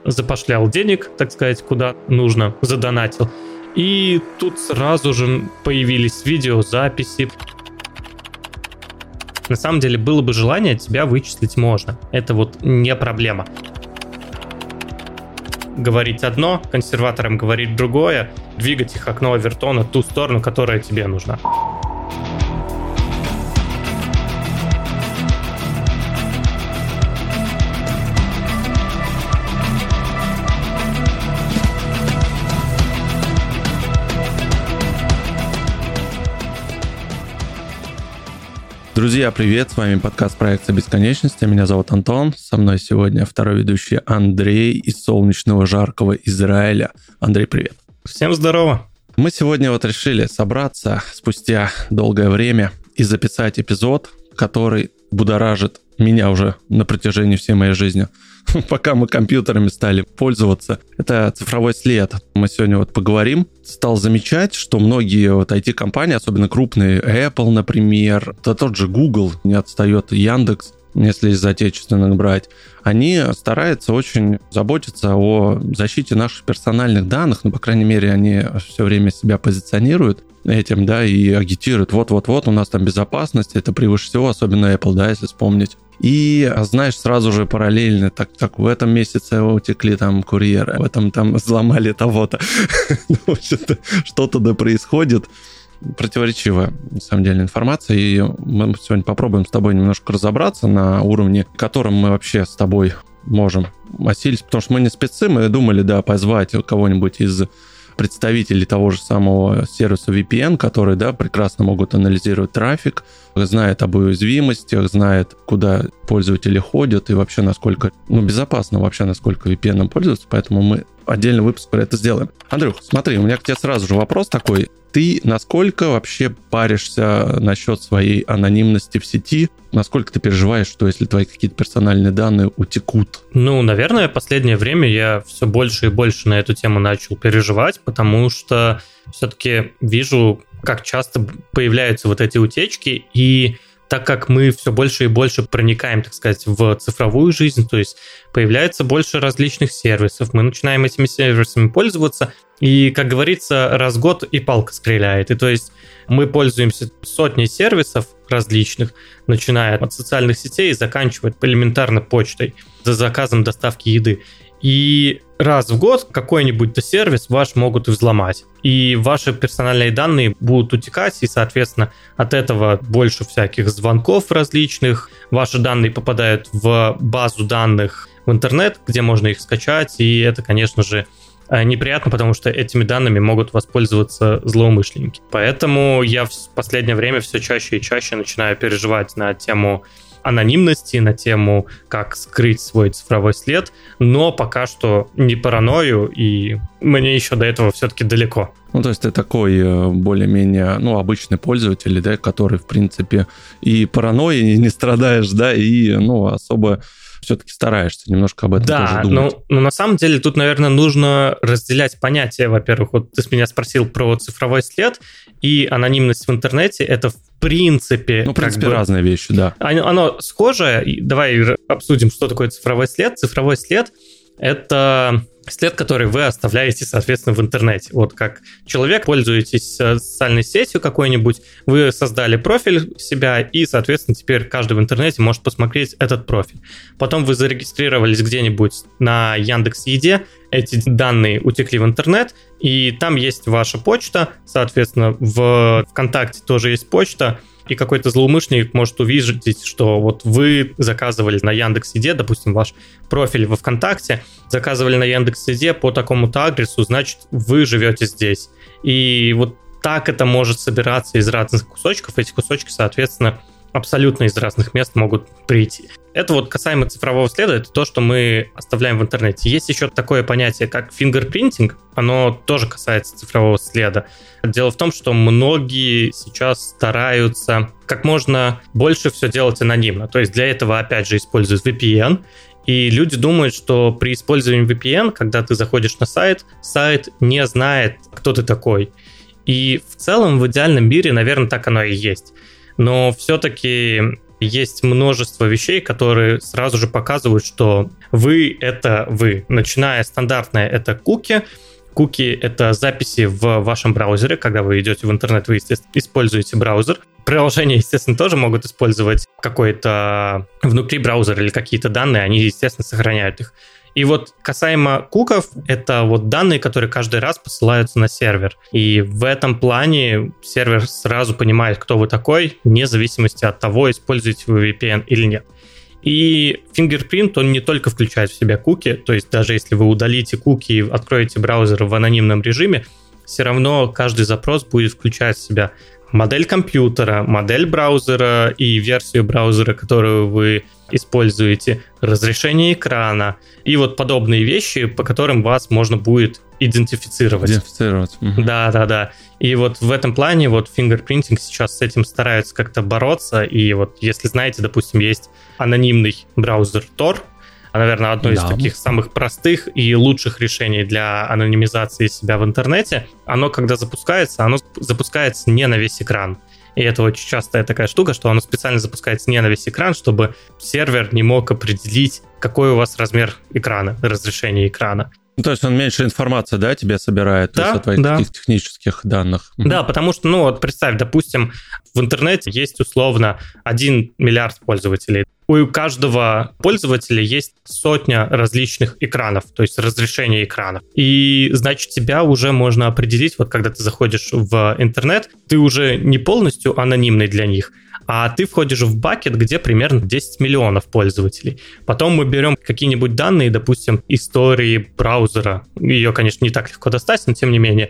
запошлял денег, так сказать, куда нужно, задонатил. И тут сразу же появились видеозаписи. На самом деле, было бы желание, тебя вычислить можно. Это вот не проблема. Говорить одно, консерваторам говорить другое, двигать их окно Овертона в ту сторону, которая тебе нужна. Друзья, привет! С вами подкаст «Проекция бесконечности». Меня зовут Антон. Со мной сегодня второй ведущий Андрей из солнечного, жаркого Израиля. Андрей, привет! Всем здорово! Мы сегодня решили собраться спустя долгое время и записать эпизод, который будоражит меня уже на протяжении всей моей жизни, пока мы компьютерами стали пользоваться. Это цифровой след. Мы сегодня поговорим. Стал замечать, что многие IT-компании, особенно крупные, Apple, например, да тот же Google, не отстает, Яндекс, если из отечественных брать, они стараются очень заботиться о защите наших персональных данных, по крайней мере, они все время себя позиционируют этим, да, и агитируют, вот-вот-вот, у нас там безопасность, это превыше всего, особенно Apple, да, если вспомнить. И, знаешь, сразу же параллельно, так в этом месяце утекли там курьеры, в этом там взломали того-то, что-то да происходит. Противоречивая, на самом деле, информация, и мы сегодня попробуем с тобой немножко разобраться на уровне, которым мы вообще с тобой можем осилить, потому что мы не спецы, мы думали, да, позвать кого-нибудь из представителей того же самого сервиса VPN, которые, да, прекрасно могут анализировать трафик, знают об уязвимостях, знают, куда пользователи ходят и вообще насколько, безопасно вообще, насколько VPN пользуются, поэтому мы отдельный выпуск про это сделаем. Андрюх, смотри, у меня к тебе сразу же вопрос такой. Ты насколько вообще паришься насчет своей анонимности в сети? Насколько ты переживаешь, что если твои какие-то персональные данные утекут? Наверное, в последнее время я все больше и больше на эту тему начал переживать, потому что все-таки вижу, как часто появляются вот эти утечки, и так как мы все больше и больше проникаем, так сказать, в цифровую жизнь, то есть появляется больше различных сервисов, мы начинаем этими сервисами пользоваться, и, как говорится, раз в год и палка стреляет. И то есть мы пользуемся сотней сервисов различных, начиная от социальных сетей и заканчивая элементарно почтой за заказом доставки еды. И раз в год какой-нибудь сервис ваш могут взломать. И ваши персональные данные будут утекать, и, соответственно, от этого больше всяких звонков различных. Ваши данные попадают в базу данных в интернет, где можно их скачать, и это, конечно же, неприятно, потому что этими данными могут воспользоваться злоумышленники. Поэтому я в последнее время все чаще и чаще начинаю переживать на тему анонимности, на тему, как скрыть свой цифровой след, но пока что не параною, и мне еще до этого все-таки далеко. То есть ты такой более-менее, обычный пользователь, да, который, в принципе, и паранойей не страдаешь, да, и, особо все-таки стараешься немножко об этом тоже думать. Да, на самом деле тут, наверное, нужно разделять понятия. Во-первых, ты меня спросил про цифровой след и анонимность в интернете. Это в принципе... В принципе, разные вещи, да. Оно схожее. Давай обсудим, что такое цифровой след. Цифровой след — это след, который вы оставляете, соответственно, в интернете. Вот как человек, пользуетесь социальной сетью какой-нибудь, вы создали профиль себя, и, соответственно, теперь каждый в интернете может посмотреть этот профиль. Потом вы зарегистрировались где-нибудь на Яндекс.Еде, эти данные утекли в интернет, и там есть ваша почта, соответственно, в ВКонтакте тоже есть почта, и какой-то злоумышленник может увидеть, что вот вы заказывали на Яндекс.Еде, допустим, ваш профиль во ВКонтакте, заказывали на Яндекс.Еде по такому-то адресу, значит, вы живете здесь. И вот так это может собираться из разных кусочков. Эти кусочки, соответственно, абсолютно из разных мест могут прийти. Это вот касаемо цифрового следа, это то, что мы оставляем в интернете. Есть еще такое понятие, как фингерпринтинг, оно тоже касается цифрового следа. Дело в том, что многие сейчас стараются как можно больше все делать анонимно. То есть для этого, опять же, используют VPN. И люди думают, что при использовании VPN, когда ты заходишь на сайт не знает, кто ты такой. И в целом в идеальном мире, наверное, так оно и есть. Но все-таки есть множество вещей, которые сразу же показывают, что вы — это вы. Начиная стандартное — это куки. Куки — это записи в вашем браузере. Когда вы идете в интернет, вы, естественно, используете браузер. Приложения, естественно, тоже могут использовать какой-то внутри браузера или какие-то данные, они, естественно, сохраняют их. И вот касаемо куков, это вот данные, которые каждый раз посылаются на сервер. И в этом плане сервер сразу понимает, кто вы такой, вне зависимости от того, используете вы VPN или нет. И Fingerprint, он не только включает в себя куки, то есть даже если вы удалите куки и откроете браузер в анонимном режиме, все равно каждый запрос будет включать в себя модель компьютера, модель браузера и версию браузера, которую вы используете, разрешение экрана и вот подобные вещи, по которым вас можно будет идентифицировать. Да. И вот в этом плане вот Fingerprinting сейчас с этим стараются как-то бороться. И вот если знаете, допустим, есть анонимный браузер Tor, наверное, одно из таких самых простых и лучших решений для анонимизации себя в интернете. Оно, когда запускается, оно запускается не на весь экран. И это очень частая такая штука, что оно специально запускается не на весь экран, чтобы сервер не мог определить, какой у вас размер экрана, разрешение экрана. Ну, то есть он меньше информации, да, тебе собирает, да, от твоих технических данных. Да, потому что, вот представь, допустим, в интернете есть условно 1 миллиард пользователей. У каждого пользователя есть сотня различных экранов, то есть разрешение экранов. И, значит, тебя уже можно определить, вот когда ты заходишь в интернет, ты уже не полностью анонимный для них, а ты входишь в бакет, где примерно 10 миллионов пользователей. Потом мы берем какие-нибудь данные, допустим, истории браузера. Ее, конечно, не так легко достать, но тем не менее.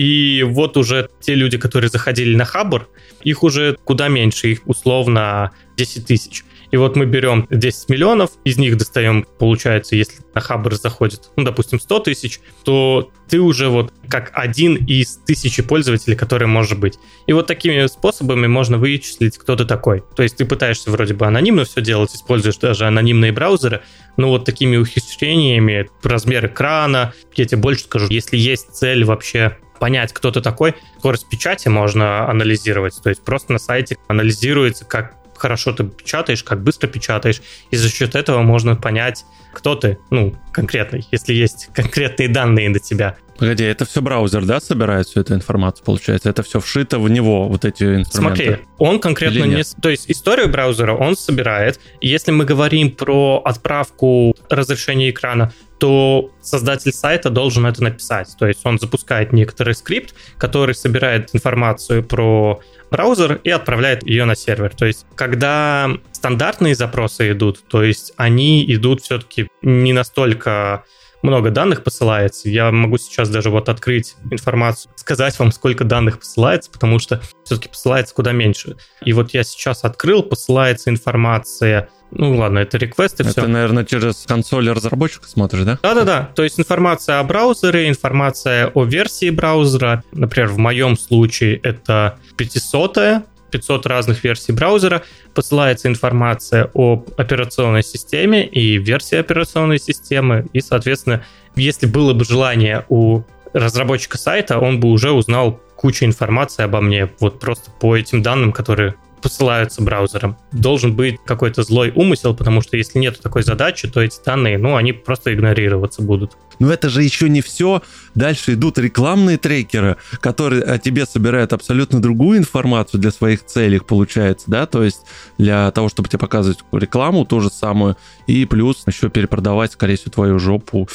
И вот уже те люди, которые заходили на Хабр, их уже куда меньше, их условно 10 тысяч. И вот мы берем 10 миллионов, из них достаем, получается, если на Хабр заходит, допустим, 100 тысяч, то ты уже вот как один из 1000 пользователей, которые может быть. И вот такими способами можно вычислить, кто ты такой. То есть ты пытаешься вроде бы анонимно все делать, используешь даже анонимные браузеры, но вот такими ухищрениями, размер экрана, я тебе больше скажу, если есть цель вообще понять, кто ты такой, скорость печати можно анализировать. То есть просто на сайте анализируется, как хорошо ты печатаешь, как быстро печатаешь, и за счет этого можно понять, кто ты, конкретный, если есть конкретные данные на тебя. Погоди, это все браузер, да, собирает всю эту информацию, получается? Это все вшито в него, вот эти инструменты? Смотри, он конкретно не... То есть историю браузера он собирает, и если мы говорим про отправку разрешения экрана, то создатель сайта должен это написать. То есть он запускает некоторый скрипт, который собирает информацию про браузер и отправляет ее на сервер. То есть когда стандартные запросы идут, то есть они идут все-таки не настолько много данных посылается. Я могу сейчас даже вот открыть информацию, сказать вам, сколько данных посылается, потому что все-таки посылается куда меньше. И вот я сейчас открыл, посылается информация. Ладно, это реквесты, все. Это, наверное, через консоль разработчика смотришь, да? Да. То есть информация о браузере, информация о версии браузера. Например, в моем случае это 500-я. 500 разных версий браузера, посылается информация об операционной системе и версии операционной системы, и, соответственно, если было бы желание у разработчика сайта, он бы уже узнал кучу информации обо мне, вот просто по этим данным, которые посылаются браузером. Должен быть какой-то злой умысел, потому что если нет такой задачи, то эти данные, они просто игнорироваться будут. Но это же еще не все. Дальше идут рекламные трекеры, которые о тебе собирают абсолютно другую информацию для своих целей, получается, да, то есть для того, чтобы тебе показывать рекламу, ту же самую, и плюс еще перепродавать, скорее всего, твою жопу.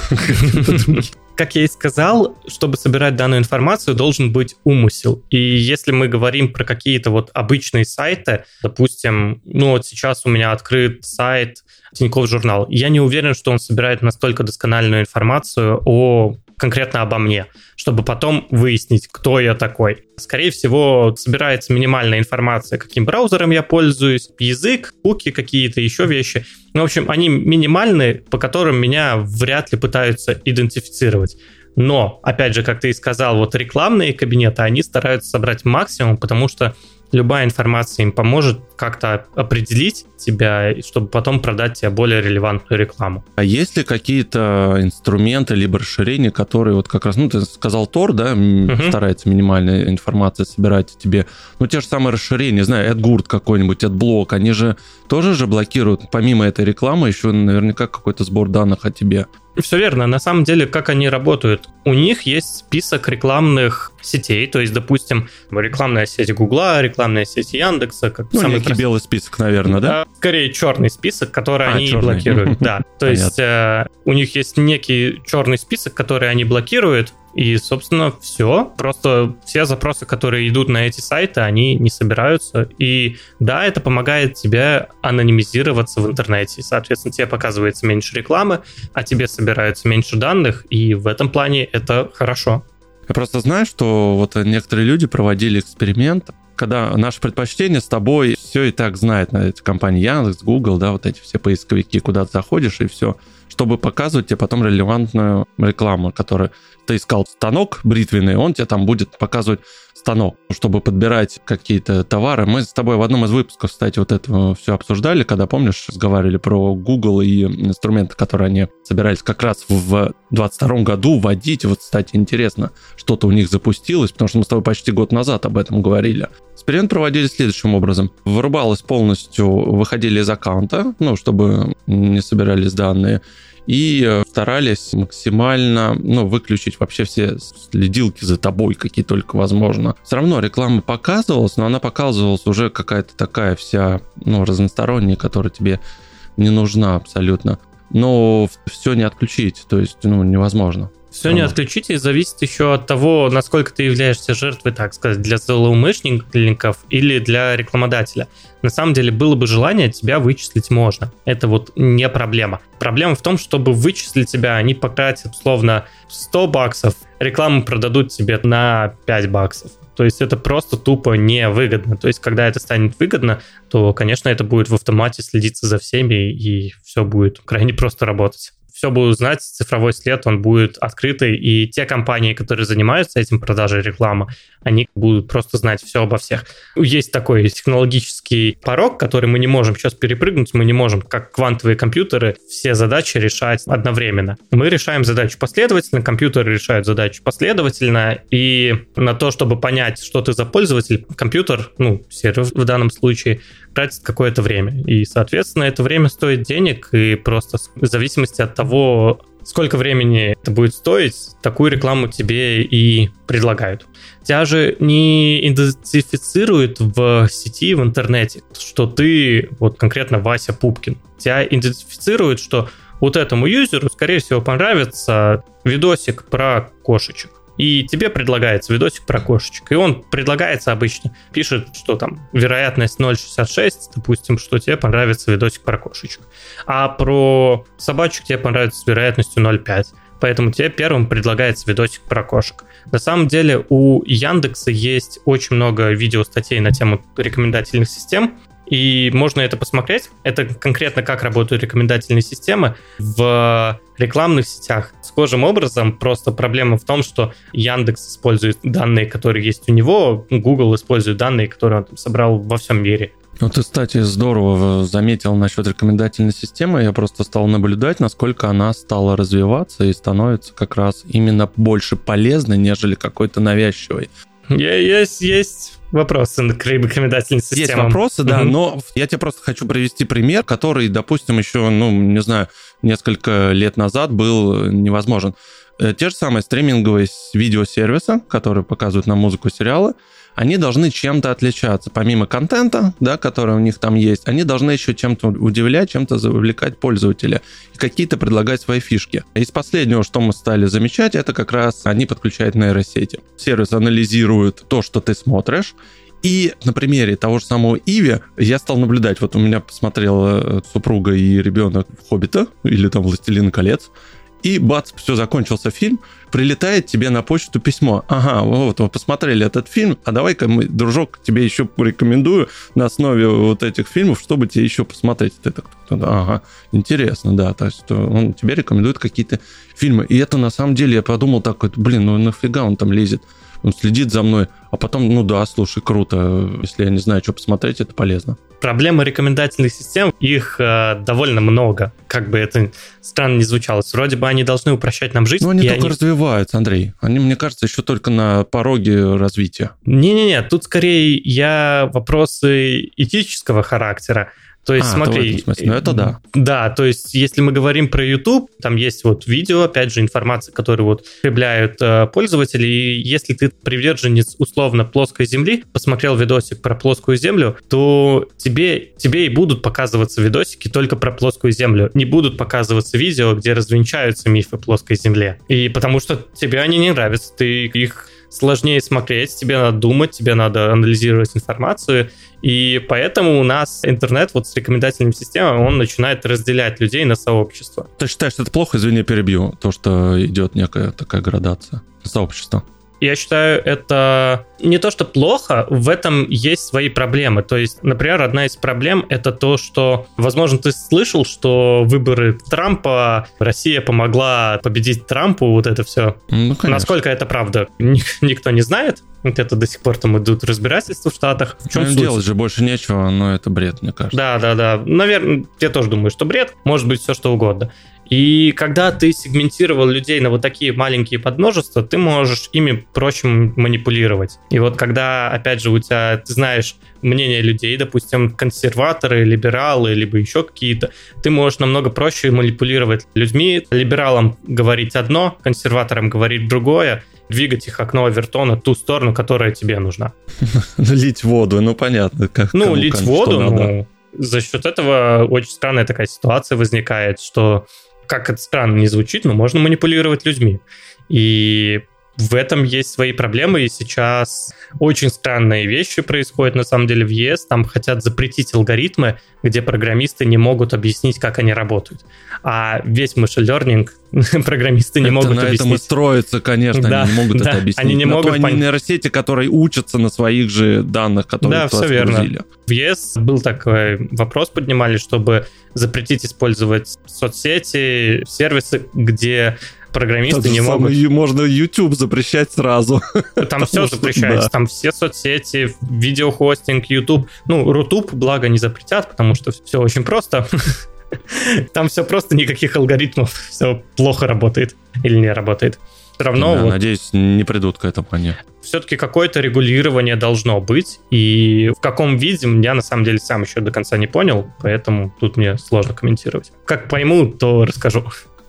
Как я и сказал, чтобы собирать данную информацию, должен быть умысел. И если мы говорим про какие-то вот обычные сайты, допустим, вот сейчас у меня открыт сайт Тинькофф Журнал, я не уверен, что он собирает настолько доскональную информацию конкретно обо мне, чтобы потом выяснить, кто я такой. Скорее всего, собирается минимальная информация, каким браузером я пользуюсь, язык, куки какие-то, еще вещи. В общем, они минимальные, по которым меня вряд ли пытаются идентифицировать. Но, опять же, как ты и сказал, вот рекламные кабинеты, они стараются собрать максимум, потому что любая информация им поможет как-то определить тебя, чтобы потом продать тебе более релевантную рекламу. А есть ли какие-то инструменты либо расширения, которые вот как раз, ты сказал Tor, да, старается минимальная информация собирать тебе, те же самые расширения, не знаю, AdGurd какой-нибудь, AdBlock, они же тоже блокируют, помимо этой рекламы, еще наверняка какой-то сбор данных о тебе. Все верно. На самом деле, как они работают? У них есть список рекламных сетей, то есть, допустим, рекламная сеть Гугла, рекламная сеть Яндекса. Как некий белый список, наверное, да? Скорее, черный список, который они блокируют. Да, то есть у них есть некий черный список, который они блокируют, и, собственно, все. Просто все запросы, которые идут на эти сайты, они не собираются. И да, это помогает тебе анонимизироваться в интернете. Соответственно, тебе показывается меньше рекламы, а тебе собирается меньше данных, и в этом плане это хорошо. Я просто знаю, что вот некоторые люди проводили эксперимент, когда наше предпочтение с тобой все и так знает на эти компании Яндекс, Google, да, вот эти все поисковики, куда ты заходишь и все, чтобы показывать тебе потом релевантную рекламу, которую ты искал станок бритвенный, он тебе там будет показывать станок, чтобы подбирать какие-то товары. Мы с тобой в одном из выпусков, кстати, вот это все обсуждали, когда, помнишь, разговаривали про Google и инструменты, которые они собирались как раз в 2022 году вводить. Вот, кстати, интересно, что-то у них запустилось, потому что мы с тобой почти год назад об этом говорили. Эксперимент проводили следующим образом. Вырубалось полностью, выходили из аккаунта, чтобы не собирались данные, и старались максимально выключить вообще все следилки за тобой, какие только возможно. Все равно реклама показывалась, но она показывалась уже какая-то такая вся разносторонняя, которая тебе не нужна абсолютно. Но все не отключить, то есть невозможно. Все не отключить, и зависит еще от того, насколько ты являешься жертвой, так сказать, для злоумышленников или для рекламодателя. На самом деле, было бы желание, тебя вычислить можно. Это вот не проблема. Проблема в том, чтобы вычислить тебя, они потратят, условно, $100, рекламу продадут тебе на $5. То есть это просто тупо невыгодно. То есть когда это станет выгодно, то, конечно, это будет в автомате следиться за всеми, и все будет крайне просто работать. Все будут знать, цифровой след, он будет открытый, и те компании, которые занимаются этим, продажей рекламы, они будут просто знать все обо всех. Есть такой технологический порог, который мы не можем сейчас перепрыгнуть, мы не можем, как квантовые компьютеры, все задачи решать одновременно. Мы решаем задачу последовательно, компьютеры решают задачу последовательно, и на то, чтобы понять, что ты за пользователь, компьютер, сервер в данном случае, тратит какое-то время. И, соответственно, это время стоит денег, и просто в зависимости от того, сколько времени это будет стоить, такую рекламу тебе и предлагают. Тебя же не идентифицируют в сети, в интернете, что ты, вот конкретно Вася Пупкин. Тебя идентифицируют, что вот этому юзеру, скорее всего, понравится видосик про кошечек. И тебе предлагается видосик про кошечек. И он предлагается обычно, пишет, что там вероятность 0,66, допустим, что тебе понравится видосик про кошечек. А про собачек тебе понравится с вероятностью 0,5. Поэтому тебе первым предлагается видосик про кошек. На самом деле у Яндекса есть очень много видеостатей на тему рекомендательных систем, и можно это посмотреть. Это конкретно как работают рекомендательные системы в рекламных сетях. Схожим образом, просто проблема в том, что Яндекс использует данные, которые есть у него, Google использует данные, которые он там собрал во всем мире. Ты, кстати, здорово заметил насчет рекомендательной системы. Я просто стал наблюдать, насколько она стала развиваться и становится как раз именно больше полезной, нежели какой-то навязчивой. Есть вопросы к рекомендательной системе. Есть вопросы, да, но я тебе просто хочу привести пример, который, допустим, еще, несколько лет назад был невозможен. Те же самые стриминговые видеосервисы, которые показывают нам музыку, сериалы, они должны чем-то отличаться. Помимо контента, да, который у них там есть, они должны еще чем-то удивлять, чем-то завлекать пользователя и какие-то предлагать свои фишки. Из последнего, что мы стали замечать, это как раз они подключают нейросети. Сервис анализирует то, что ты смотришь, и на примере того же самого Иви я стал наблюдать. Вот у меня посмотрела супруга и ребенок «Хоббита» или там «Властелин колец», и бац, все, закончился фильм, прилетает тебе на почту письмо. Ага, вот вы посмотрели этот фильм, а давай-ка мы, дружок, тебе еще порекомендую на основе вот этих фильмов, чтобы тебе еще посмотреть. Ты так, ага, интересно, да. То есть он тебе рекомендует какие-то фильмы. И это на самом деле, я подумал так, блин, ну нафига он там лезет? Он следит за мной, а потом, ну да, слушай, круто. Если я не знаю, что посмотреть, это полезно. Проблемы рекомендательных систем, их довольно много, как бы это странно ни звучало. Вроде бы они должны упрощать нам жизнь. Но они только развиваются, Андрей. Они, мне кажется, еще только на пороге развития. Не-не-не, тут скорее вопросы этического характера. То есть, смотри... Ну, это да. Да, то есть, если мы говорим про YouTube, там есть вот видео, опять же, информация, которую вот потребляют пользователи, и если ты приверженец, условно, плоской Земли, посмотрел видосик про плоскую Землю, то тебе и будут показываться видосики только про плоскую Землю. Не будут показываться видео, где развенчаются мифы плоской Земле. И потому что тебе они не нравятся, ты их сложнее смотреть, тебе надо думать, тебе надо анализировать информацию, и поэтому у нас интернет вот с рекомендательными системами, он начинает разделять людей на сообщества. Ты считаешь, что это плохо? Извини, перебью. То, что идет некая такая градация сообщества. Я считаю, это не то, что плохо, в этом есть свои проблемы. То есть, например, одна из проблем — это то, что, возможно, ты слышал, что выборы Трампа, Россия помогла победить Трампу, вот это все. Ну, конечно. Насколько это правда, никто не знает. Вот это до сих пор там идут разбирательства в Штатах. В чем суть? Делать же больше нечего, но это бред, мне кажется. Да. Наверное, я тоже думаю, что бред. Может быть, все что угодно. И когда ты сегментировал людей на вот такие маленькие подмножества, ты можешь ими проще манипулировать. И вот когда, опять же, у тебя, ты знаешь мнение людей, допустим, консерваторы, либералы, либо еще какие-то, ты можешь намного проще манипулировать людьми. Либералам говорить одно, консерваторам говорить другое, двигать их окно Овертона в ту сторону, которая тебе нужна. Лить воду, ну понятно. Лить воду, за счет этого очень странная такая ситуация возникает, что, как это странно не звучит, но можно манипулировать людьми. И в этом есть свои проблемы, и сейчас очень странные вещи происходят на самом деле в ЕС. Там хотят запретить алгоритмы, где программисты не могут объяснить, как они работают. А весь machine learning программисты не могут объяснить. На этом и строится, конечно, да, они не могут это объяснить. Они не могут понять. Нейросети, которые учатся на своих же данных, которые все верно. В ЕС был такой вопрос, поднимали, чтобы запретить использовать соцсети, сервисы, где программисты не могут... Можно YouTube запрещать сразу. Там все запрещается, там все соцсети, видеохостинг, YouTube. Рутуб, благо, не запретят, потому что все очень просто. Там все просто, никаких алгоритмов, все плохо работает или не работает. Все равно... Надеюсь, не придут к этому они. Все-таки какое-то регулирование должно быть, и в каком виде я на самом деле сам еще до конца не понял, поэтому тут мне сложно комментировать. Как пойму, то расскажу.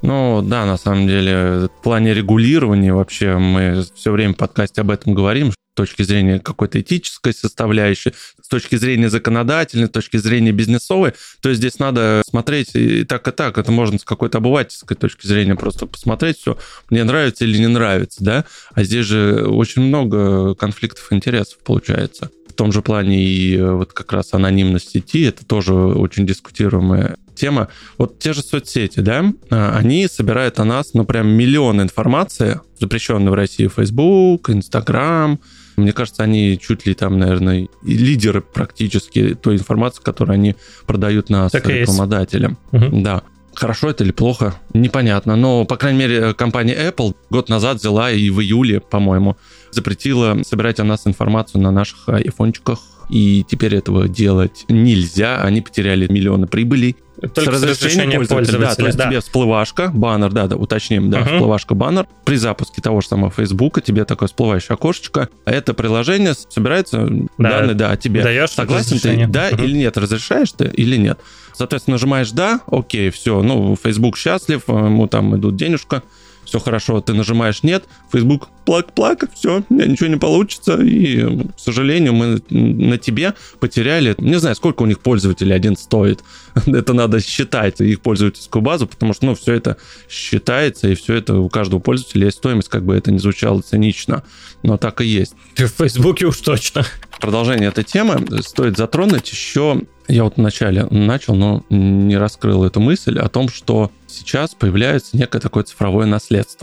Да, на самом деле, в плане регулирования вообще мы все время в подкасте об этом говорим, с точки зрения какой-то этической составляющей, с точки зрения законодательной, с точки зрения бизнесовой, то есть здесь надо смотреть и так. Это можно с какой-то обывательской точки зрения просто посмотреть все, мне нравится или не нравится, да? А здесь же очень много конфликтов интересов получается. В том же плане и вот как раз анонимность сети, это тоже очень дискутируемая тема. Вот те же соцсети, да, они собирают о нас, прям миллион информации, запрещенной в России: Facebook, Instagram. Мне кажется, они чуть ли там, наверное, лидеры практически той информации, которую они продают нас рекламодателям. Да. Хорошо это или плохо, непонятно. Но, по крайней мере, компания Apple год назад взяла и в июле, по-моему, запретила собирать о нас информацию на наших айфончиках. И теперь этого делать нельзя. Они потеряли миллионы прибылей. Только с разрешения пользователя. Да, то есть тебе всплывашка, баннер, уточним, всплывашка, баннер. При запуске того же самого Фейсбука тебе такое всплывающее окошечко. А это приложение собирается данные, тебе. Даешь согласен ты, или нет, разрешаешь ты или нет. Соответственно, нажимаешь «да», окей, все, Facebook счастлив, ему там идут денежка, все хорошо, ты нажимаешь «нет», Facebook плак, все, ничего не получится, и, к сожалению, мы на тебе потеряли, не знаю, сколько у них пользователей один стоит, это надо считать их пользовательскую базу, потому что, все это считается, и все это у каждого пользователя есть стоимость, как бы это ни звучало цинично, но так и есть. В Фейсбуке уж точно. Продолжение этой темы стоит затронуть еще. Я вот вначале начал, но не раскрыл эту мысль о том, что сейчас появляется некое такое цифровое наследство.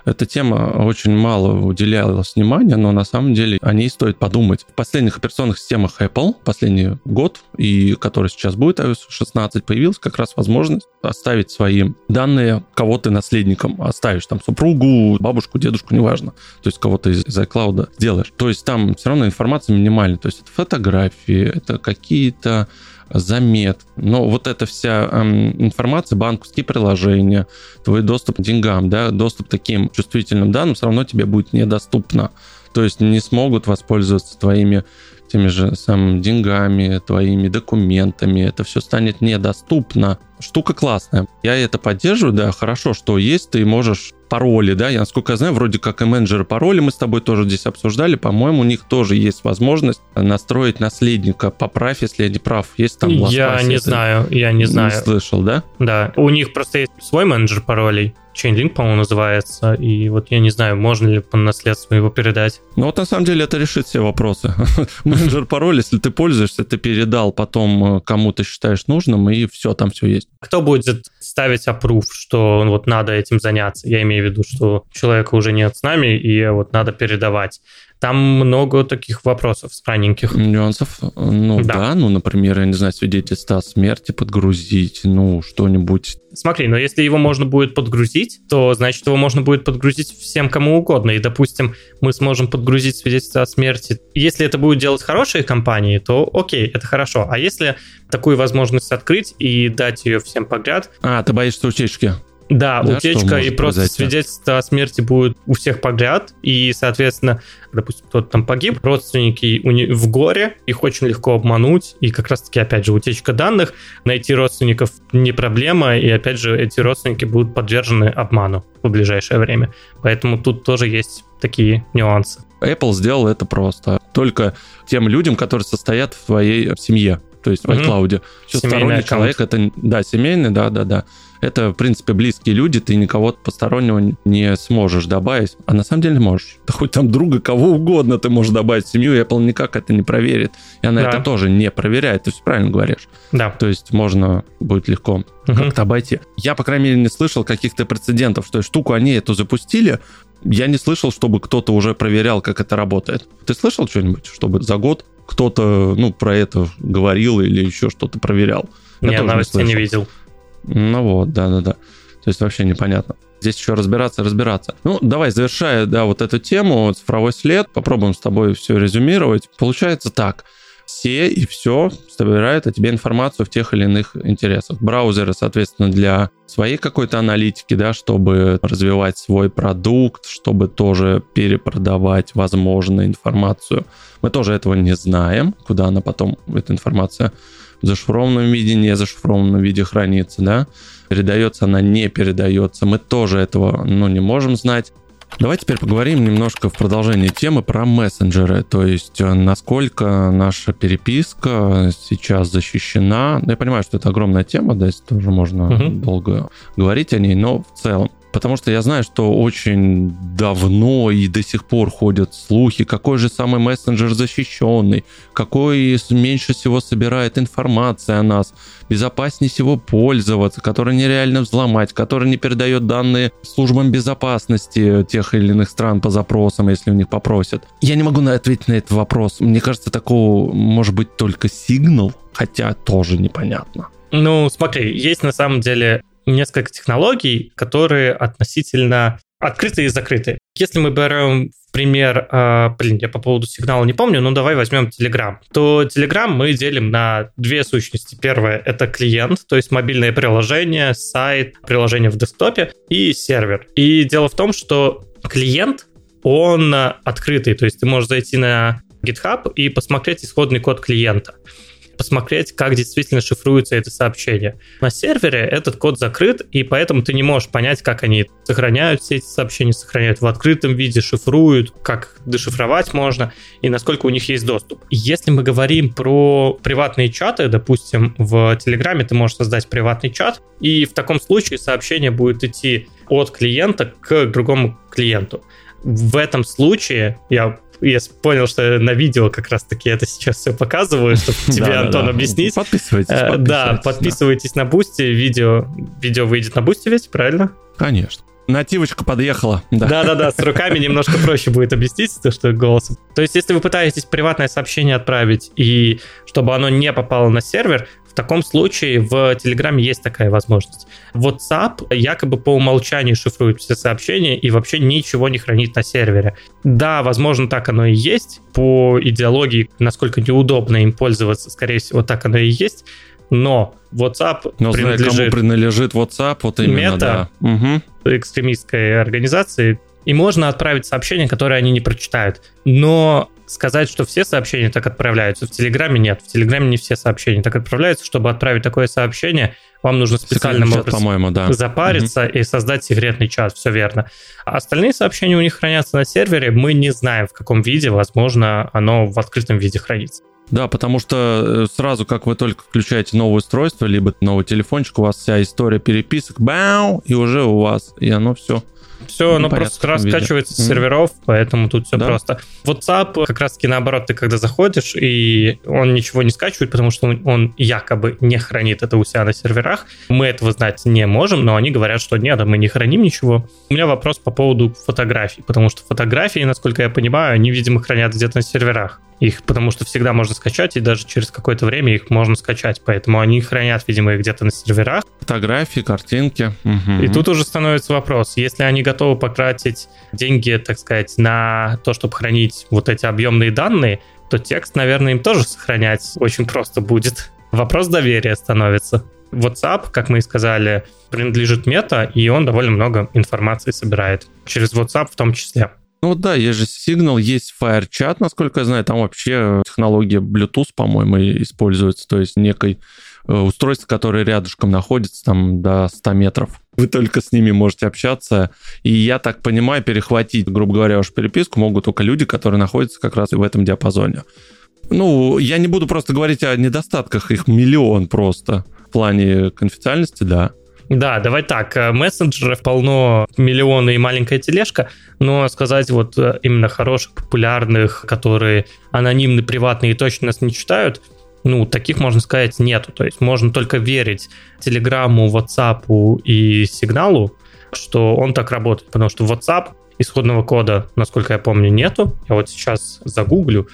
эта тема очень мало уделялась внимания, но на самом деле о ней стоит подумать. В последних операционных системах Apple, последний год, и который сейчас будет, iOS 16, появилась как раз возможность оставить свои данные, кого ты наследником оставишь, там, супругу, бабушку, дедушку, неважно. То есть кого-то из iCloud сделаешь. То есть там все равно информация минимальная. То есть это фотографии, это какие-то замет. Но вот эта вся информация, банковские приложения, твой доступ к деньгам, да, доступ к таким чувствительным данным все равно тебе будет недоступно. То есть не смогут воспользоваться твоими теми же самыми деньгами, твоими документами. Это все станет недоступно. Штука классная. Я это поддерживаю, да, хорошо, что есть, ты можешь пароли, да, я, насколько я знаю, вроде как и менеджеры пароли мы с тобой тоже здесь обсуждали, по-моему, у них тоже есть возможность настроить наследника. Поправь, если я не прав. Есть там Я не знаю. Не слышал, да? Да, у них просто есть свой менеджер паролей. Chainlink, по-моему, называется. И вот я не знаю, можно ли по наследству его передать. Ну вот на самом деле это решит все вопросы. Менеджер пароль, если ты пользуешься, ты передал потом кому ты считаешь нужным, и все, там все есть. Кто будет ставить approve, что вот надо этим заняться? Я имею в виду, что человека уже нет с нами, и вот надо передавать. Там много таких вопросов странненьких. Нюансов? Ну да, например, я не знаю, свидетельство о смерти подгрузить, что-нибудь. Смотри, но если его можно будет подгрузить, то значит его можно будет подгрузить всем кому угодно. И, допустим, мы сможем подгрузить свидетельство о смерти. Если это будут делать хорошие компании, то окей, это хорошо. А если такую возможность открыть и дать ее всем подряд... Ты боишься утечки? Да, утечка и просто свидетельство о смерти будет у всех подряд, и, соответственно, допустим, кто-то там погиб, родственники в горе, их очень легко обмануть, и как раз-таки, опять же, утечка данных, найти родственников не проблема, и, опять же, эти родственники будут подвержены обману в ближайшее время. Поэтому тут тоже есть такие нюансы. Apple сделал это просто. Только тем людям, которые состоят в твоей семье. То есть в iCloud. Сторонний человек, это, да, семейный, да. Это, в принципе, близкие люди, ты никого постороннего не сможешь добавить. А на самом деле можешь. Да хоть там друга, кого угодно ты можешь добавить в семью, и Apple никак это не проверит. И она это тоже не проверяет, ты все правильно говоришь. Да. То есть можно будет легко как-то обойти. Я, по крайней мере, не слышал каких-то прецедентов. То есть штуку они эту запустили, я не слышал, чтобы кто-то уже проверял, как это работает. Ты слышал что-нибудь, чтобы за год кто-то, про это говорил или еще что-то проверял? Я новости не видел. Ну вот, да. То есть вообще непонятно. Здесь еще разбираться. Давай, завершая, вот эту тему, цифровой след, попробуем с тобой все резюмировать. Получается так. Все и все собирают о тебе информацию в тех или иных интересах. Браузеры, соответственно, для своей какой-то аналитики, да, чтобы развивать свой продукт, чтобы тоже перепродавать, возможно, информацию. Мы тоже этого не знаем, куда она потом, эта информация, в зашифрованном виде, не зашифрованном виде хранится, да. Передается она, не передается. Мы тоже этого, не можем знать. Давай теперь поговорим немножко в продолжении темы про мессенджеры, то есть насколько наша переписка сейчас защищена. Я понимаю, что это огромная тема, да, здесь тоже можно долго говорить о ней, но в целом. Потому что я знаю, что очень давно и до сих пор ходят слухи, какой же самый мессенджер защищенный, какой меньше всего собирает информации о нас, безопаснее всего пользоваться, который нереально взломать, который не передает данные службам безопасности тех или иных стран по запросам, если у них попросят. Я не могу ответить на этот вопрос. Мне кажется, такого может быть только Signal, хотя тоже непонятно. Смотри, есть на самом деле несколько технологий, которые относительно открытые и закрытые. Если мы берем в пример, я по поводу сигнала не помню, но давай возьмем Telegram, то Telegram мы делим на две сущности. Первое — это клиент, то есть мобильное приложение, сайт, приложение в десктопе и сервер. И дело в том, что клиент, он открытый, то есть ты можешь зайти на GitHub и посмотреть исходный код клиента, посмотреть, как действительно шифруется это сообщение. На сервере этот код закрыт, и поэтому ты не можешь понять, как они сохраняют все эти сообщения, сохраняют в открытом виде, шифруют, как дешифровать можно, и насколько у них есть доступ. Если мы говорим про приватные чаты, допустим, в Телеграме ты можешь создать приватный чат, и в таком случае сообщение будет идти от клиента к другому клиенту. В этом случае я понял, что на видео как раз-таки это сейчас все показываю, чтобы тебе, Антон, объяснить. Подписывайтесь. Да, подписывайтесь на Boosty. Видео выйдет на Boosty ведь, правильно? Конечно. Нативочка подъехала. Да-да-да, с руками немножко проще будет объяснить, то, что голосом. То есть, если вы пытаетесь приватное сообщение отправить, и чтобы оно не попало на сервер, в таком случае в Телеграме есть такая возможность. WhatsApp якобы по умолчанию шифрует все сообщения и вообще ничего не хранит на сервере. Да, возможно, так оно и есть. По идеологии, насколько неудобно им пользоваться, скорее всего, так оно и есть. Но WhatsApp кому принадлежит WhatsApp, вот именно, Meta, да. Угу. Экстремистской организации, и можно отправить сообщения, которые они не прочитают. Но сказать, что все сообщения так отправляются, в Телеграме нет. В Телеграме не все сообщения так отправляются. Чтобы отправить такое сообщение, вам нужно специальным образом запариться и создать секретный чат, все верно. А остальные сообщения у них хранятся на сервере, мы не знаем, в каком виде, возможно, оно в открытом виде хранится. Да, потому что сразу, как вы только включаете новое устройство, либо новый телефончик, у вас вся история переписок, бау, и уже у вас, и оно все. Все, оно просто раскачивается с серверов, поэтому тут все просто. WhatsApp, как раз-таки наоборот, ты когда заходишь, и он ничего не скачивает, потому что он якобы не хранит это у себя на серверах. Мы этого знать не можем, но они говорят, что нет, мы не храним ничего. У меня вопрос по поводу фотографий, потому что фотографии, насколько я понимаю, они, видимо, хранят где-то на серверах. Их, потому что всегда можно скачать, и даже через какое-то время их можно скачать, поэтому они хранят, видимо, их где-то на серверах. Фотографии, картинки. Угу. И тут уже становится вопрос, если они готовы потратить деньги, так сказать, на то, чтобы хранить вот эти объемные данные, то текст, наверное, им тоже сохранять очень просто будет. Вопрос доверия становится. WhatsApp, как мы и сказали, принадлежит Meta, и он довольно много информации собирает. Через WhatsApp в том числе. Ну да, есть же Signal, есть FireChat, насколько я знаю, там вообще технология Bluetooth, по-моему, используется, то есть некое устройство, которое рядышком находится, там до 100 метров. Вы только с ними можете общаться, и я так понимаю, перехватить, грубо говоря, вашу переписку могут только люди, которые находятся как раз в этом диапазоне. Ну, я не буду просто говорить о недостатках, их миллион просто в плане конфиденциальности, да. Да, давай так, мессенджеров полно, миллионы и маленькая тележка, но сказать вот именно хороших, популярных, которые анонимны, приватные и точно нас не читают, ну, таких, можно сказать, нету. То есть можно только верить Телеграму, WhatsApp и Сигналу, что он так работает, потому что WhatsApp исходного кода, насколько я помню, нету. Я вот сейчас загуглю.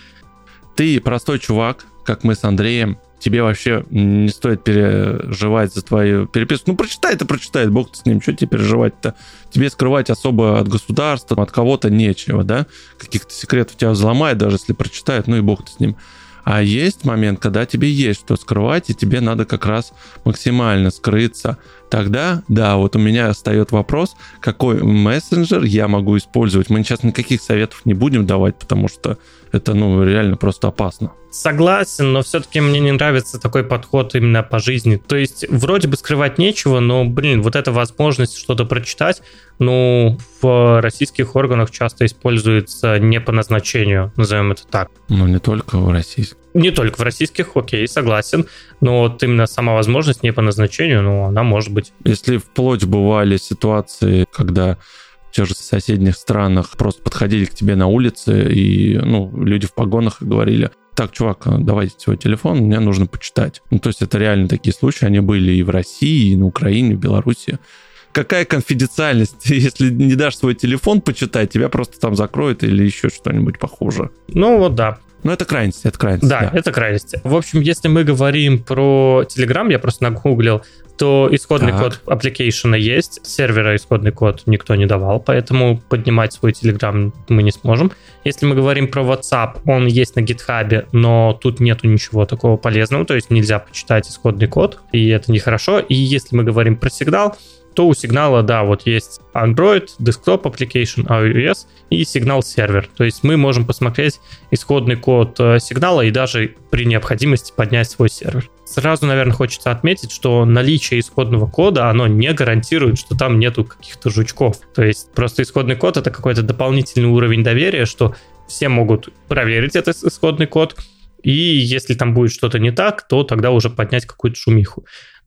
Ты простой чувак, как мы с Андреем, тебе вообще не стоит переживать за твою переписку. Ну, прочитает, бог ты с ним, что тебе переживать-то? Тебе скрывать особо от государства, от кого-то нечего, да? Каких-то секретов тебя взломает, даже если прочитает, ну и бог ты с ним. А есть момент, когда тебе есть что скрывать, и тебе надо как раз максимально скрыться. Тогда, да, вот у меня встает вопрос, какой мессенджер я могу использовать. Мы сейчас никаких советов не будем давать, потому что это, ну, реально просто опасно. Согласен, но все-таки мне не нравится такой подход именно по жизни. То есть вроде бы скрывать нечего, но, вот эта возможность что-то прочитать, ну, в российских органах часто используется не по назначению, назовем это так. Ну, не только в российских. Не только в российских, окей, согласен, но вот именно сама возможность не по назначению, ну, она может быть. Если вплоть бывали ситуации, когда в тех же соседних странах просто подходили к тебе на улице, и, ну, люди в погонах говорили: так, чувак, давайте свой телефон, мне нужно почитать. Ну, то есть это реально такие случаи, они были и в России, и на Украине, и в Беларуси. Какая конфиденциальность? Если не дашь свой телефон почитать, тебя просто там закроют или еще что-нибудь похуже. Ну, вот да. Ну, это крайность, Да, это крайность. В общем, если мы говорим про Telegram, я просто нагуглил, то исходный код application есть, сервера исходный код никто не давал, поэтому поднимать свой Telegram мы не сможем. Если мы говорим про WhatsApp, он есть на GitHub, но тут нету ничего такого полезного, то есть нельзя почитать исходный код, и это нехорошо. И если мы говорим про Signal, то у Сигнала, да, вот есть Android, Desktop Application, iOS и Signal сервер. То есть мы можем посмотреть исходный код Сигнала и даже при необходимости поднять свой сервер. Сразу, наверное, хочется отметить, что наличие исходного кода, оно не гарантирует, что там нету каких-то жучков. То есть просто исходный код — это какой-то дополнительный уровень доверия, что все могут проверить этот исходный код, и если там будет что-то не так, то тогда уже поднять какую-то шумиху.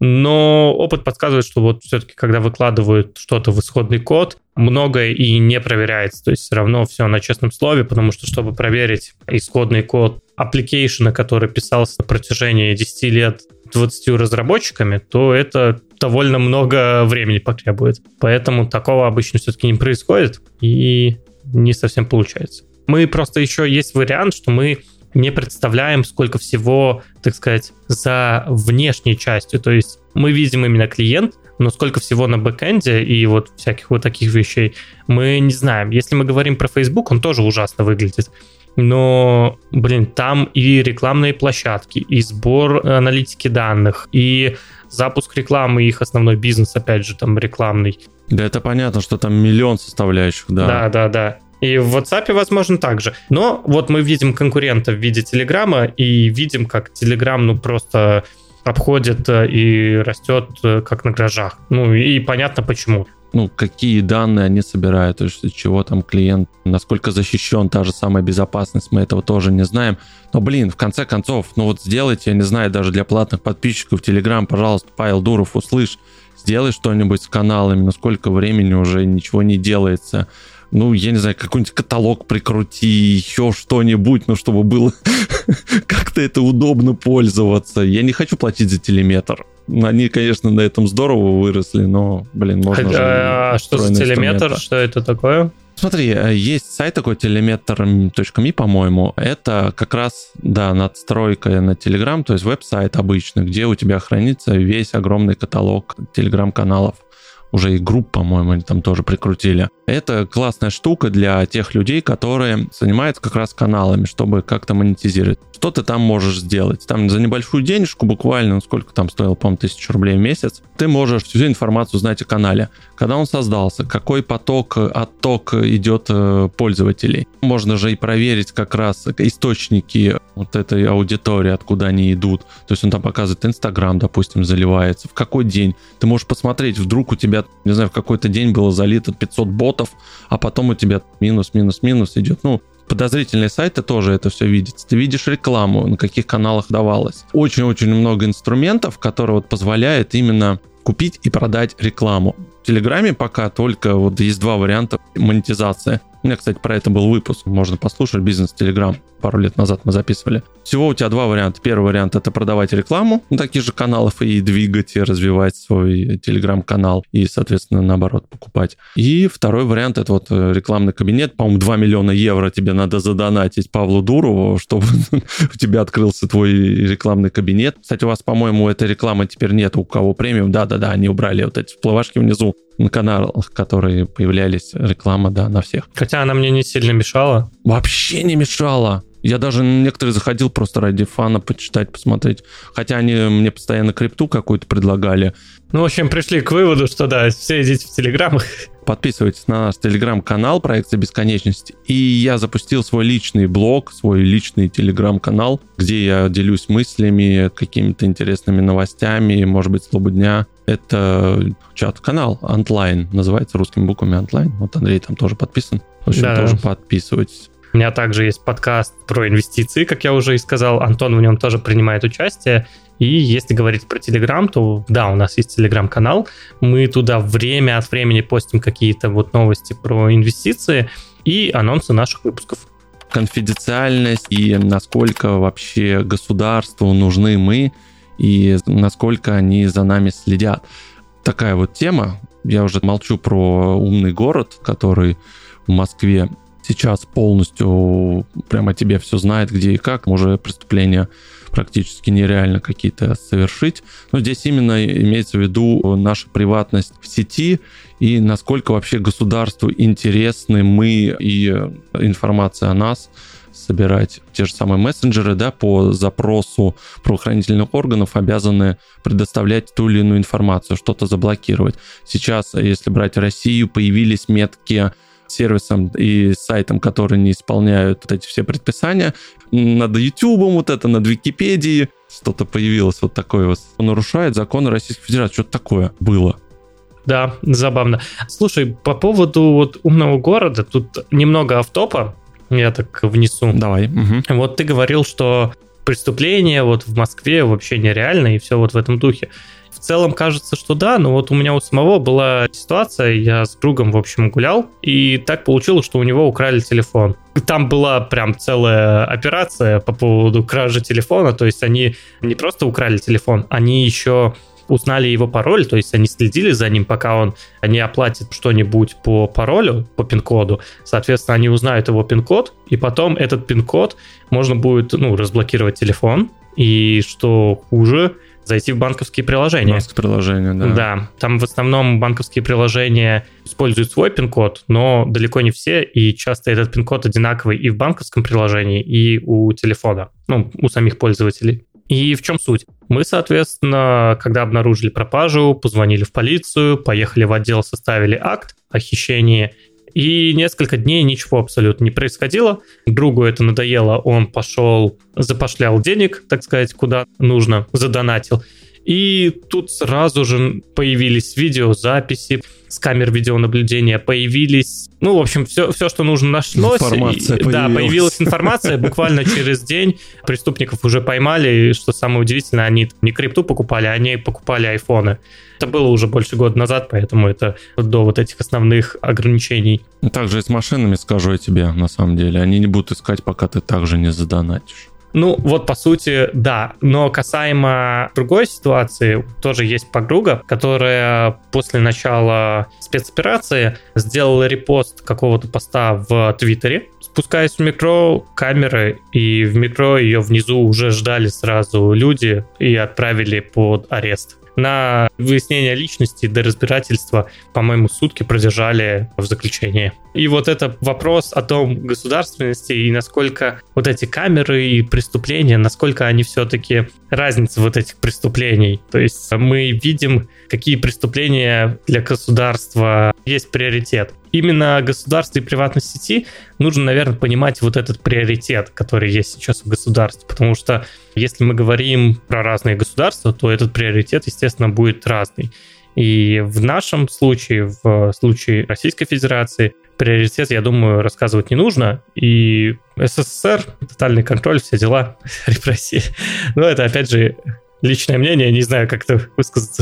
Но опыт подсказывает, что вот все-таки, когда выкладывают что-то в исходный код, многое и не проверяется. То есть все равно все на честном слове, потому что, чтобы проверить исходный код аппликейшена, который писался на протяжении 10 лет 20 разработчиками, то это довольно много времени потребует. Поэтому такого обычно все-таки не происходит и не совсем получается. Мы просто еще есть вариант, что мы не представляем, сколько всего, так сказать, за внешней частью. То есть мы видим именно клиент, но сколько всего на бэкэнде и вот всяких вот таких вещей мы не знаем. Если мы говорим про Facebook, он тоже ужасно выглядит. Но, там и рекламные площадки, и сбор аналитики данных, и запуск рекламы, их основной бизнес, опять же, там рекламный. Да, это понятно, что там миллион составляющих, да. Да. И в WhatsApp, возможно, также. Но вот мы видим конкурента в виде Телеграма и видим, как Телеграм, просто обходит и растет как на дрожжах. И понятно почему. Какие данные они собирают, то есть чего там клиент, насколько защищен, та же самая безопасность, мы этого тоже не знаем. Но, в конце концов, сделайте, я не знаю, даже для платных подписчиков Telegram, пожалуйста, Павел Дуров, услышь, сделай что-нибудь с каналами, сколько времени уже ничего не делается. Я не знаю, какой-нибудь каталог прикрути, еще что-нибудь, чтобы было как-то это удобно пользоваться. Я не хочу платить за телеметр. Они, конечно, на этом здорово выросли, но, можно же... А что за телеметр? Что это такое? Смотри, есть сайт такой telemetr.me, по-моему. Это как раз, надстройка на Telegram, то есть веб-сайт обычный, где у тебя хранится весь огромный каталог Telegram-каналов. Уже и групп, по-моему, они там тоже прикрутили. Это классная штука для тех людей, которые занимаются как раз каналами, чтобы как-то монетизировать. Что ты там можешь сделать? Там за небольшую денежку, буквально, сколько там стоило, по-моему, 1000 рублей в месяц, ты можешь всю информацию узнать о канале. Когда он создался, какой отток идет пользователей. Можно же и проверить как раз источники вот этой аудитории, откуда они идут. То есть он там показывает Инстаграм, допустим, заливается. В какой день? Ты можешь посмотреть, вдруг у тебя, не знаю, в какой-то день было залито 500 ботов, а потом у тебя минус идет. Подозрительные сайты тоже это все видят. Ты видишь рекламу, на каких каналах давалось. Очень-очень много инструментов, которые позволяют именно купить и продать рекламу. В Телеграме пока только есть два варианта монетизации. У меня, кстати, про это был выпуск. Можно послушать «Бизнес Телеграм». Пару лет назад мы записывали. Всего у тебя два варианта. Первый вариант — это продавать рекламу на таких же каналах и двигать, и развивать свой Телеграм-канал. И, соответственно, наоборот, покупать. И второй вариант — это рекламный кабинет. По-моему, 2 миллиона евро тебе надо задонатить Павлу Дурову, чтобы у тебя открылся твой рекламный кабинет. Кстати, у вас, по-моему, этой рекламы теперь нет. У кого премиум? Да, они убрали эти всплывашки внизу на каналах, которые появлялись, реклама, на всех. Хотя она мне не сильно мешала. Вообще не мешала. Я даже некоторые заходил просто ради фана почитать, посмотреть. Хотя они мне постоянно крипту какую-то предлагали. В общем, пришли к выводу, что все идите в Телеграм. Подписывайтесь на наш Телеграм-канал «Проекция бесконечности». И я запустил свой личный блог, свой личный Телеграм-канал, где я делюсь мыслями, какими-то интересными новостями, может быть, слово дня. Это чат-канал Antline, называется русскими буквами Antline. Андрей там тоже подписан. В общем, тоже подписывайтесь. У меня также есть подкаст про инвестиции, как я уже и сказал. Антон в нем тоже принимает участие. И если говорить про Телеграм, то да, у нас есть Телеграм-канал. Мы туда время от времени постим какие-то новости про инвестиции и анонсы наших выпусков. Конфиденциальность и насколько вообще государству нужны мы и насколько они за нами следят. Такая тема. Я уже молчу про умный город, который в Москве сейчас полностью прямо тебе все знает, где и как. Уже преступления практически нереально какие-то совершить. Но здесь именно имеется в виду наша приватность в сети и насколько вообще государству интересны мы и информация о нас собирать. Те же самые мессенджеры, по запросу правоохранительных органов обязаны предоставлять ту или иную информацию, что-то заблокировать. Сейчас, если брать Россию, появились метки сервисам и сайтам, которые не исполняют эти все предписания. Над Ютубом над Википедией что-то появилось такое. Он нарушает законы Российской Федерации. Что-то такое было. Да, забавно. Слушай, по поводу умного города, тут немного автопа, я так внесу. Давай. Угу. Ты говорил, что преступления в Москве вообще нереально, и все в этом духе. В целом кажется, что да, но у меня у самого была ситуация, я с другом, в общем, гулял, и так получилось, что у него украли телефон. И там была прям целая операция по поводу кражи телефона, то есть они не просто украли телефон, они еще узнали его пароль, то есть они следили за ним, пока он не оплатит что-нибудь по паролю, по пин-коду. Соответственно, они узнают его пин-код, и потом этот пин-код можно будет, разблокировать телефон, и что хуже, зайти в банковские приложения. Банковские приложения, да. Да, там в основном банковские приложения используют свой пин-код, но далеко не все, и часто этот пин-код одинаковый и в банковском приложении, и у телефона, у самих пользователей. И в чем суть? Мы, соответственно, когда обнаружили пропажу, позвонили в полицию, поехали в отдел, составили акт о хищении, и несколько дней ничего абсолютно не происходило. Другу это надоело, он пошел, запошлял денег, так сказать, куда нужно, задонатил. И тут сразу же появились видеозаписи с камер видеонаблюдения, появились... в общем, все, что нужно нашлось. Информация появилась. Да, появилась информация. Буквально через день преступников уже поймали. И, что самое удивительное, они не крипту покупали, они покупали айфоны. Это было уже больше года назад, поэтому это до вот этих основных ограничений. Также и с машинами, скажу я тебе, на самом деле. Они не будут искать, пока ты также не задонатишь. По сути, да. Но касаемо другой ситуации, тоже есть подруга, которая после начала спецоперации сделала репост какого-то поста в Твиттере. Спускаясь в метро, камеры, и в метро ее внизу уже ждали сразу люди и отправили под арест. На выяснение личности до разбирательства, по-моему, сутки продержали в заключении. И вот это вопрос о том государственности и насколько вот эти камеры и преступления, насколько они все-таки разница вот этих преступлений. То есть мы видим, какие преступления для государства есть приоритет. Именно государство и приватность сети нужно, наверное, понимать вот этот приоритет, который есть сейчас в государстве. Потому что если мы говорим про разные государства, то этот приоритет, естественно, будет разный. И в нашем случае, в случае Российской Федерации, приоритет, я думаю, рассказывать не нужно. И СССР, тотальный контроль, все дела, репрессии. Но это, опять же, личное мнение, не знаю, как это высказаться.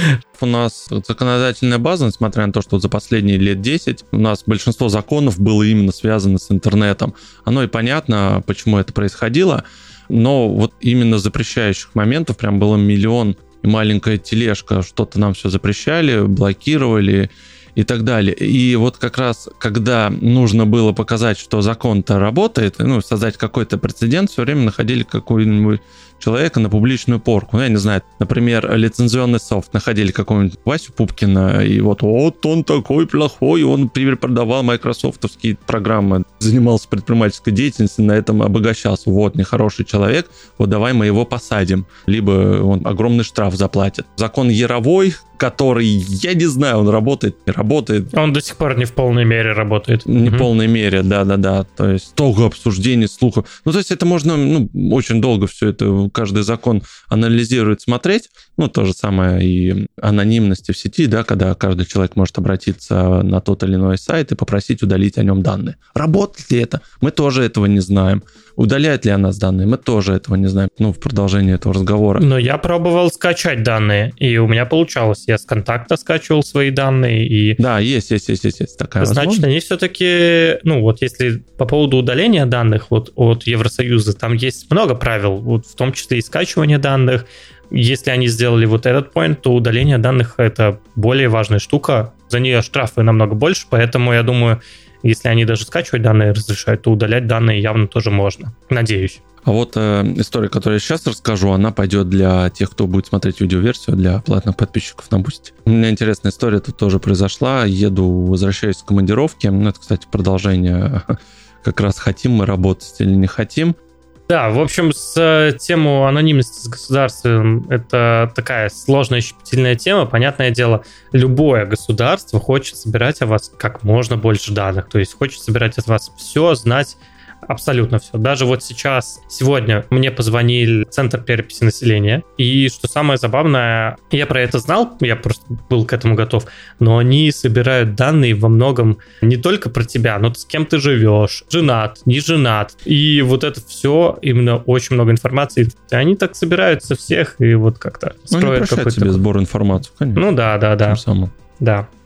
У нас законодательная база, несмотря на то, что за последние лет 10 у нас большинство законов было именно связано с интернетом. Оно и понятно, почему это происходило, но вот именно запрещающих моментов прям было миллион, и маленькая тележка, что-то нам все запрещали, блокировали и так далее. И вот как раз, когда нужно было показать, что закон-то работает, создать какой-то прецедент, все время находили какую-нибудь человека на публичную порку. Я не знаю, например, лицензионный софт. Находили какого-нибудь Васю Пупкина, и вот он такой плохой, он продавал майкрософтовские программы, занимался предпринимательской деятельностью, на этом обогащался. Вот, нехороший человек, вот давай мы его посадим. Либо он огромный штраф заплатит. Закон Яровой, который, я не знаю, он работает, не работает. Он до сих пор не в полной мере работает. Не в полной мере, да. То есть столько обсуждений, слухов. То есть это можно, очень долго все это, каждый закон анализировать, смотреть. То же самое и анонимности в сети, да, когда каждый человек может обратиться на тот или иной сайт и попросить удалить о нем данные. Работает ли это? Мы тоже этого не знаем. Удаляет ли она данные? Мы тоже этого не знаем. В продолжении этого разговора. Но я пробовал скачать данные, и у меня получалось. Я с контакта скачивал свои данные. И... Да, есть такая возможность. Значит, они все-таки, если по поводу удаления данных от Евросоюза, там есть много правил, в том числе и скачивание данных. Если они сделали вот этот point, то удаление данных — это более важная штука. За нее штрафы намного больше, поэтому я думаю, если они даже скачивать данные разрешают, то удалять данные явно тоже можно. Надеюсь. А вот история, которую я сейчас расскажу, она пойдет для тех, кто будет смотреть видеоверсию, для платных подписчиков на Boosty. У меня интересная история тут тоже произошла. Возвращаюсь с командировки. Это, кстати, продолжение. Как раз хотим мы работать или не хотим. Да, в общем, с тему анонимности с государством это такая сложная, щепетильная тема. Понятное дело, любое государство хочет собирать о вас как можно больше данных. То есть хочет собирать от вас все, знать абсолютно все. Даже вот сегодня мне позвонили в Центр переписи населения, и что самое забавное, я про это знал, я просто был к этому готов, но они собирают данные во многом не только про тебя, но с кем ты живешь, женат, не женат, и вот это все, именно очень много информации, и они так собирают со всех, и вот как-то строят какой-то... себе сбор информации, конечно. Да. Тем самым. Да.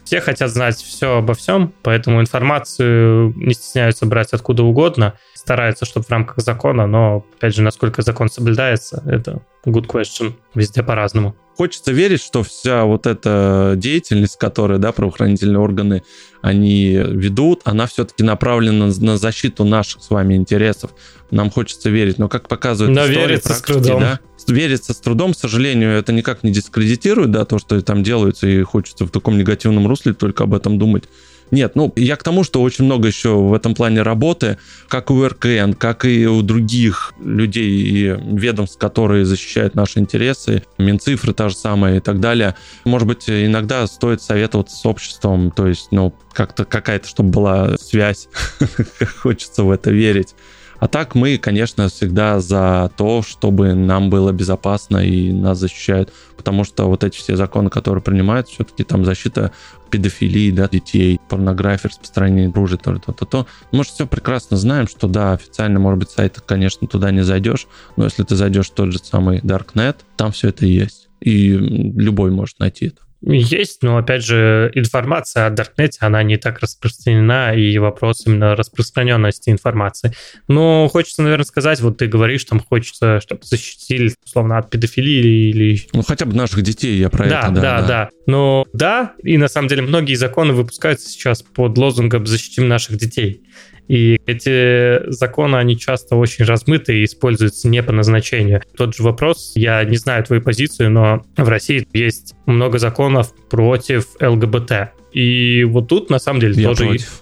Все хотят знать все обо всем, поэтому информацию не стесняются брать откуда угодно, стараются, чтобы в рамках закона, но, опять же, насколько закон соблюдается, это good question. Везде по-разному. Хочется верить, что вся вот эта деятельность, которую, да, правоохранительные органы, они ведут, она все-таки направлена на защиту наших с вами интересов. Нам хочется верить, но как показывает история, верится с трудом. Да, верится с трудом, к сожалению, это никак не дискредитирует, да, то, что там делается, и хочется в таком негативном русле только об этом думать. Нет, я к тому, что очень много еще в этом плане работы, как у РКН, как и у других людей и ведомств, которые защищают наши интересы, Минцифры та же самая и так далее. Может быть, иногда стоит советоваться с обществом, то есть, как-то какая-то, чтобы была связь, хочется в это верить. А так мы, конечно, всегда за то, чтобы нам было безопасно и нас защищают, потому что вот эти все законы, которые принимают, все-таки там защита педофилии, да, детей, порнографии, распространение оружия, то. Мы же все прекрасно знаем, что да, официально, может быть, сайт, конечно, туда не зайдешь, но если ты зайдешь в тот же самый Darknet, там все это есть, и любой может найти это. Есть, но, опять же, информация о Даркнете, она не так распространена, и вопрос именно распространенности информации. Но хочется, наверное, сказать, вот ты говоришь, там хочется, чтобы защитили, условно, от педофилии или... хотя бы наших детей, я про это, да. Да. Но да, и на самом деле многие законы выпускаются сейчас под лозунгом «защитим наших детей». И эти законы, они часто очень размыты и используются не по назначению. Тот же вопрос, я не знаю твою позицию, но в России есть много законов против ЛГБТ. И вот тут, на самом деле, я тоже... Против.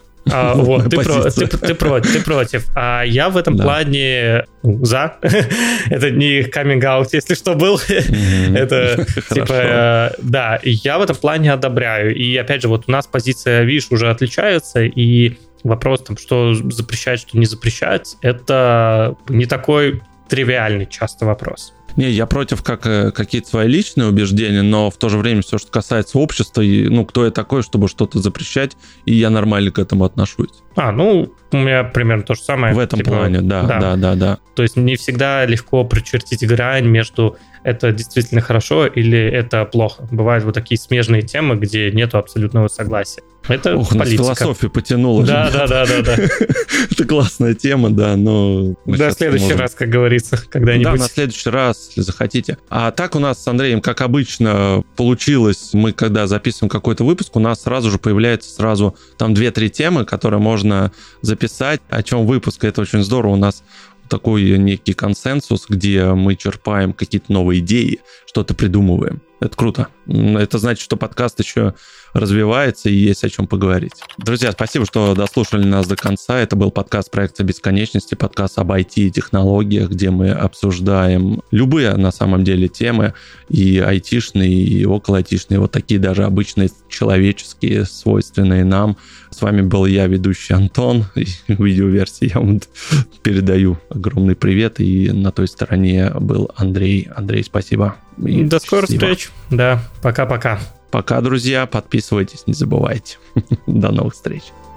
Ты против. А я в этом плане за. Это не каминг-аут, если что, был. Это типа, да, я в этом плане одобряю. И опять же, вот у нас позиция, видишь, уже отличается, и вопрос, там, что запрещать, что не запрещать, это не такой тривиальный часто вопрос. Не, я против как какие-то свои личные убеждения, но в то же время все, что касается общества, и, кто я такой, чтобы что-то запрещать, и я нормально к этому отношусь. У меня примерно то же самое. В этом плане, да. То есть не всегда легко прочертить грань между это действительно хорошо или это плохо. Бывают вот такие смежные темы, где нету абсолютного согласия. Это политика. Нас философию потянуло. Да. Это классная тема, да, но... Да, в следующий раз, как говорится, когда-нибудь. Да, на следующий раз, если захотите. А так у нас с Андреем, как обычно, получилось, мы когда записываем какой-то выпуск, у нас сразу же появляется там 2-3 темы, которые можно записать, о чем выпуск. Это очень здорово. У нас такой некий консенсус, где мы черпаем какие-то новые идеи, что-то придумываем. Это круто. Это значит, что подкаст еще развивается и есть о чем поговорить. Друзья, спасибо, что дослушали нас до конца. Это был подкаст проекта «Бесконечности», подкаст об IT и технологиях, где мы обсуждаем любые, на самом деле, темы, и айтишные, и около айтишные, вот такие даже обычные человеческие, свойственные нам. С вами был я, ведущий Антон, и в видеоверсии я вам передаю огромный привет, и на той стороне был Андрей. Андрей, спасибо. И до скорых встреч. Да, пока-пока. Пока, друзья, подписывайтесь, не забывайте. До новых встреч.